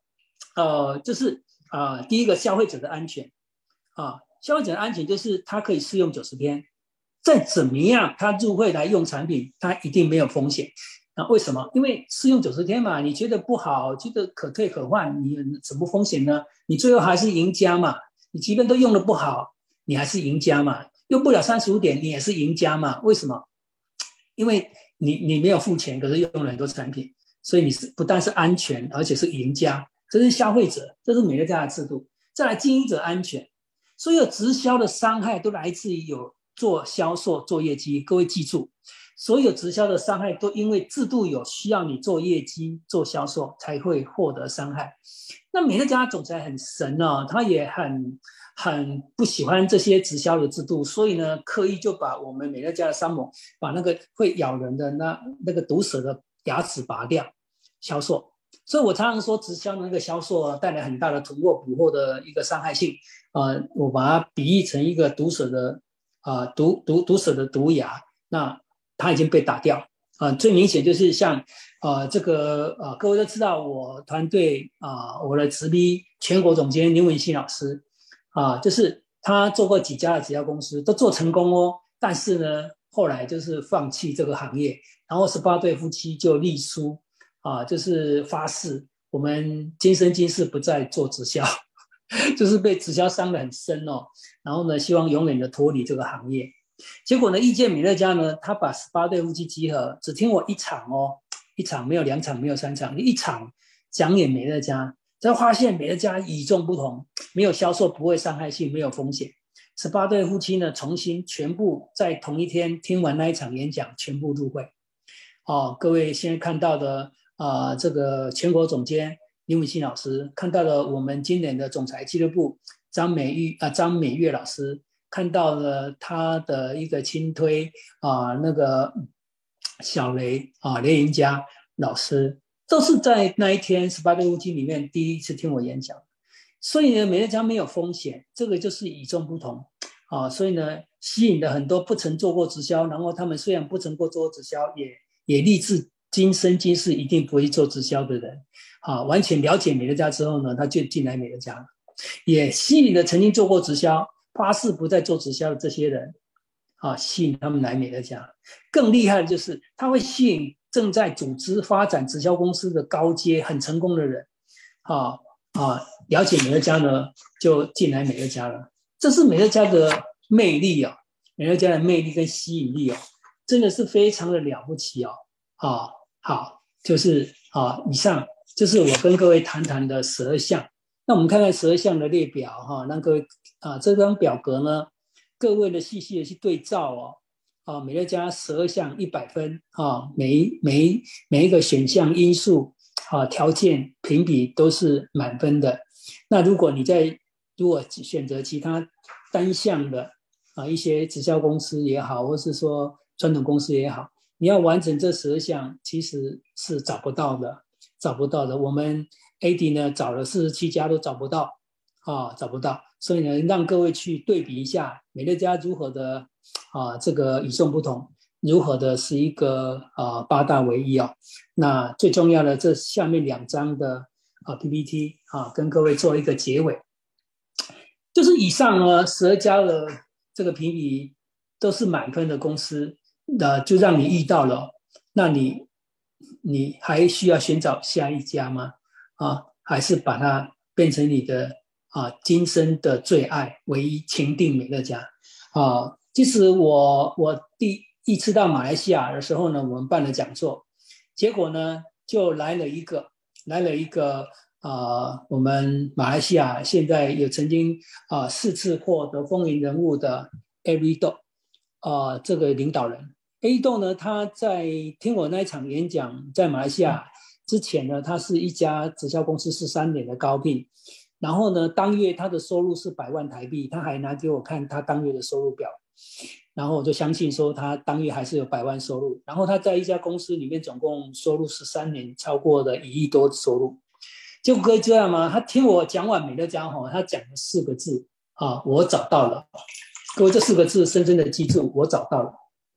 第一个消费者的安全消费者的安全就是他可以试用90天，再怎么样他入会来用产品，他一定没有风险。为什么？因为试用90天嘛，你觉得不好，觉得可退可换，你有什么风险呢？你最后还是赢家嘛。你即便都用得不好，你还是赢家嘛。用不了35点，你也是赢家嘛。为什么？因为你没有付钱，可是用了很多产品，所以你不但是安全，而且是赢家。这是消费者，这是美乐家的制度。再来，经营者安全，所有直销的伤害都来自于有做销售、做业绩。各位记住。所有直销的伤害都因为制度有需要你做业绩、做销售才会获得伤害。那美乐家总裁很神哦，他也很不喜欢这些直销的制度，所以呢，刻意就把我们美乐家的山姆把那个会咬人的那个毒蛇的牙齿拔掉销售。所以我常常说，直销的那个销售带来很大的囤货补货的一个伤害性。我把它比喻成一个毒蛇的毒蛇的毒牙。那它已经被打掉最明显就是像各位都知道我团队我的直逼全国总监林文熙老师就是他做过几家的直销公司都做成功哦，但是呢后来就是放弃这个行业，然后18对夫妻就立书就是发誓我们今生今世不再做直销就是被直销伤得很深哦，然后呢希望永远的脱离这个行业。结果呢，易建美乐家呢，他把18对夫妻集合，只听我一场哦，一场没有2场，没有3场，一场讲演美乐家，才发现美乐家与众不同，没有销售，不会伤害性，没有风险。18对夫妻呢，重新全部在同一天听完那一场演讲，全部入会。各位现在看到的这个全国总监林伟信老师，看到了我们今年的总裁俱乐部张美月老师。看到了他的一个亲推那个小雷雷云家老师，都是在那一天18对夫妻里面第一次听我演讲。所以呢，美乐家没有风险，这个就是与众不同所以呢，吸引了很多不曾做过直销，然后他们虽然不曾过做直销，也立志今生今世一定不会做直销的人完全了解美乐家之后呢，他就进来美乐家了，也吸引了曾经做过直销发誓不再做直销的这些人吸引他们来美乐家。更厉害的就是他会吸引正在组织发展直销公司的高阶很成功的人了解美乐家呢，就进来美乐家了。这是美乐家的魅力美乐家的魅力跟吸引力真的是非常的了不起好，就是以上就是我跟各位谈谈的12项。那我们看看12项的列表让各位这张表格呢，各位的细细的去对照美乐家12项100分每一个选项因素条件评比都是满分的。那如果选择其他单项的一些直销公司也好，或是说传统公司也好，你要完成这12项其实是找不到的。我们 AD 呢找了47家都找不到所以呢让各位去对比一下美乐家如何的这个与众不同，如何的是一个8大为一那最重要的这下面2张的PPT 跟各位做一个结尾。就是以上呢12家的这个评比都是满分的公司就让你遇到了，那你还需要寻找下一家吗？还是把它变成你的今生的最爱，唯一钦定美乐家其实我第一次到马来西亚的时候呢，我们办了讲座，结果呢就来了一个我们马来西亚现在有曾经4次获得风云人物的 Arido 这个领导人。Arido 呢，他在听我那一场演讲，在马来西亚之前呢，他是一家直销公司13年的高聘， 然后呢，当月他的收入是100万台币，他还拿给我看他当月的收入表，然后我就相信说他当月还是有100万收入。然后他在一家公司里面总共收入13年，超过了1亿多的收入。结果各位知道吗？他听我讲完美乐家他讲了4个字啊，我找到了。各位这4个字深深的记住，我找到了。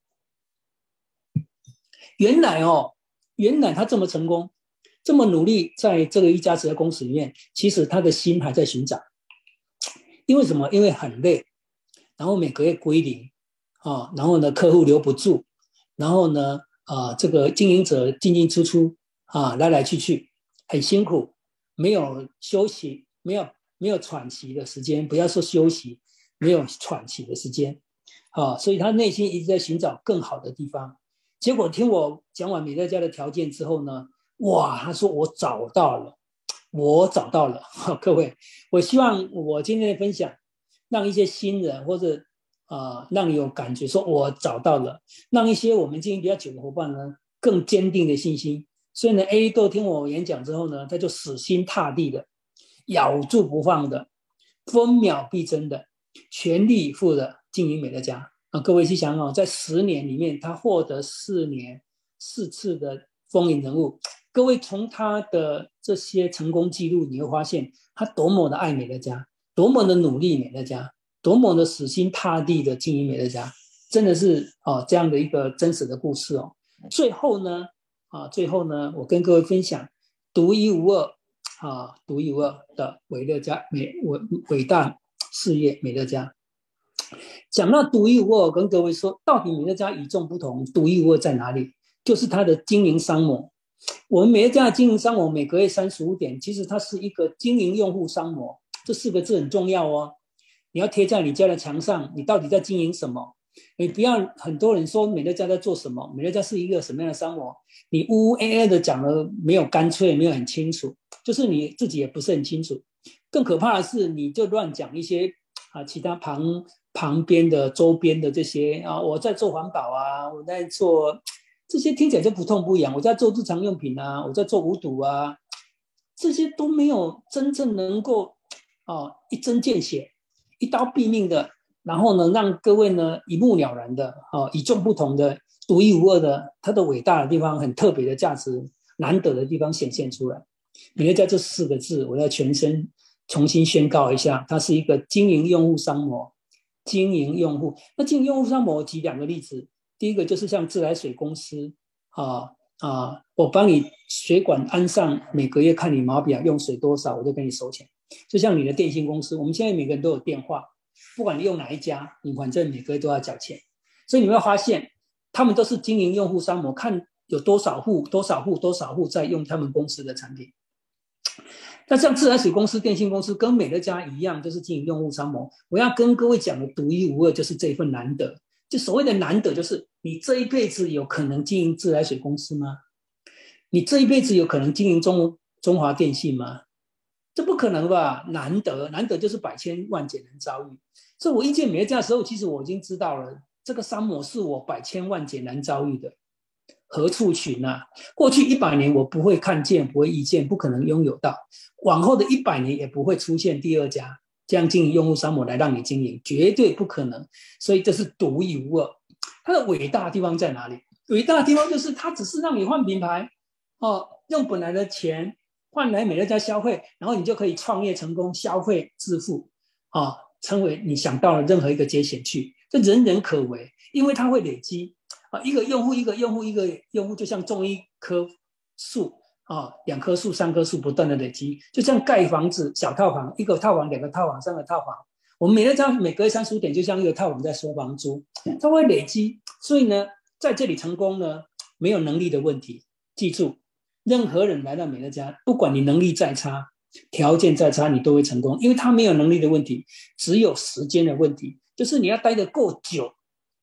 原来他这么成功，这么努力，在这个一家子的公司里面，其实他的心还在寻找。因为什么？因为很累，然后每个月归零然后呢，客户留不住，然后呢，这个经营者进进出出来来去去，很辛苦，没有休息，没有喘息的时间，不要说休息，没有喘息的时间所以他内心一直在寻找更好的地方。结果听我讲完美乐家的条件之后呢，哇，他说我找到了。各位，我希望我今天的分享让一些新人或者让你有感觉说我找到了，让一些我们经营比较久的伙伴呢更坚定的信心。所以呢 A 豆听我演讲之后呢，他就死心塌地的咬住不放的分秒必争的全力以赴的经营美乐家各位去想在10年里面他获得4年4次的风云人物。各位从他的这些成功记录，你会发现他多么的爱美乐家，多么的努力美乐家，多么的死心塌地的经营美乐家，真的是这样的一个真实的故事最后呢，我跟各位分享独一无二的伟大事业美乐家。讲到独一无二，跟各位说，到底美乐家与众不同，独一无二在哪里？就是它的经营商模。我们美乐家的经营商模每个月35点，其实它是一个经营用户商模，这4个字很重要你要贴在你家的墙上，你到底在经营什么？你不要很多人说美乐家在做什么，美乐家是一个什么样的商模，你呜呜的讲了没有干脆，没有很清楚，就是你自己也不是很清楚。更可怕的是，你就乱讲一些其他旁边的周边的这些我在做环保我在做这些听起来就不痛不痒，我在做日常用品我在做无毒这些都没有真正能够一针见血、一刀毙命的，然后呢，让各位呢一目了然的与众不同的、独一无二的，它的伟大的地方、很特别的价值、难得的地方显现出来。美乐家这4个字，我要全身重新宣告一下，它是一个经营用户商模。经营用户，那经营用户商模，我举2个例子。第一个就是像自来水公司我帮你水管安上，每个月看你毛表用水多少，我就给你收钱。就像你的电信公司，我们现在每个人都有电话，不管你用哪一家，你反正每个月都要缴钱。所以你会发现，他们都是经营用户商模，看有多少户在用他们公司的产品。那像自来水公司、电信公司跟美乐家一样，就是经营用户商模。我要跟各位讲的独一无二，就是这份难得。就所谓的难得，就是你这一辈子有可能经营自来水公司吗？你这一辈子有可能经营中华电信吗？这不可能吧？难得就是百千万劫难遭遇。所以我遇见美乐家的时候，其实我已经知道了，这个商模是我百千万劫难遭遇的。何处寻过去100年我不会看见，不会遇见，不可能拥有到，往后的100年也不会出现第2家这样经营用户商模来让你经营，绝对不可能。所以这是独一无二。它的伟大的地方在哪里？伟大的地方就是它只是让你换品牌用本来的钱换来美乐家消费，然后你就可以创业成功，消费致富成为你想到了任何一个节点去，这人人可为，因为它会累积一个用户一个用户一个用户，就像种一棵树2棵树3棵树不断的累积，就像盖房子，小套房1个套房2个套房3个套房，我们美乐家每个月35点就像一个套房在收房租，它会累积。所以呢，在这里成功呢，没有能力的问题。记住，任何人来到美乐家，不管你能力再差，条件再差，你都会成功，因为他没有能力的问题，只有时间的问题，就是你要待得够久，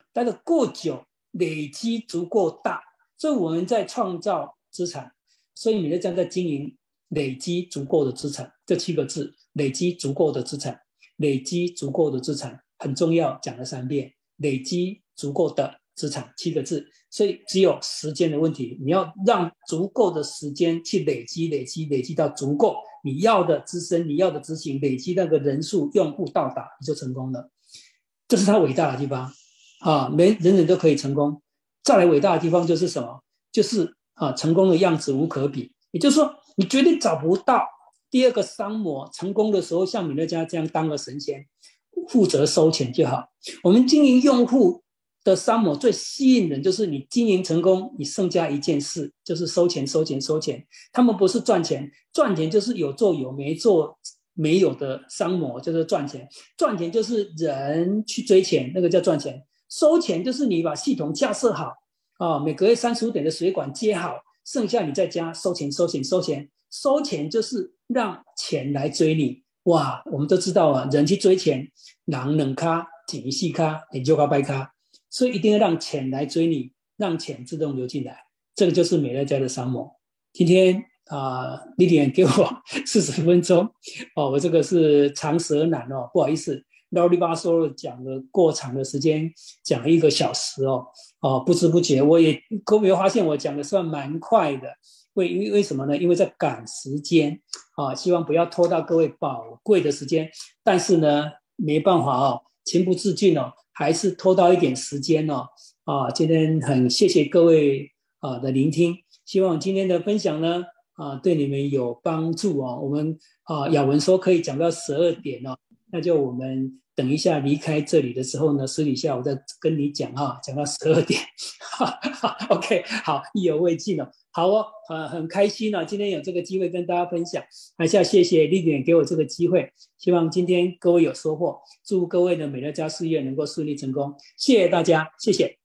累积足够大。所以我们在创造资产，所以美乐家在经营累积足够的资产，这7个字，累积足够的资产，累积足够的资产很重要，讲了3遍，累积足够的资产7个字。所以只有时间的问题，你要让足够的时间去累积到足够， 你要的资深，你要的执行，累积那个人数用户到达，你就成功了。这是它伟大的地方啊，人人都可以成功。再来伟大的地方就是什么？就是成功的样子无可比。也就是说，你绝对找不到第二个商模成功的时候像美乐家这样当个神仙，负责收钱就好。我们经营用户的商模最吸引人，就是你经营成功，你剩下一件事，就是收钱。他们不是赚钱，赚钱就是有做有没做没有的商模，就是赚钱。赚钱就是人去追钱，那个叫赚钱。收钱就是你把系统架设好每个月35点的水管接好，剩下你在家收钱。收钱就是让钱来追你。哇，我们都知道人去追钱，人两卡钱四卡，你就卡掰卡，所以一定要让钱来追你，让钱自动流进来。这个就是美乐家的商模。今天Lilian 给我40分钟我这个是长舌男不好意思，啰里吧嗦讲了过长的时间，讲了1个小时不知不觉我也有没有发现我讲的算蛮快的。为什么呢？因为在赶时间希望不要拖到各位宝贵的时间，但是呢没办法情不自禁还是拖到一点时间今天很谢谢各位的聆听，希望今天的分享呢对你们有帮助我们雅文说可以讲到12点那就我们等一下离开这里的时候呢，私底下我再跟你讲讲到12点OK 好，意犹未尽好很开心今天有这个机会跟大家分享，还是要谢谢Lilian给我这个机会，希望今天各位有收获，祝各位的美乐家事业能够顺利成功，谢谢大家，谢谢。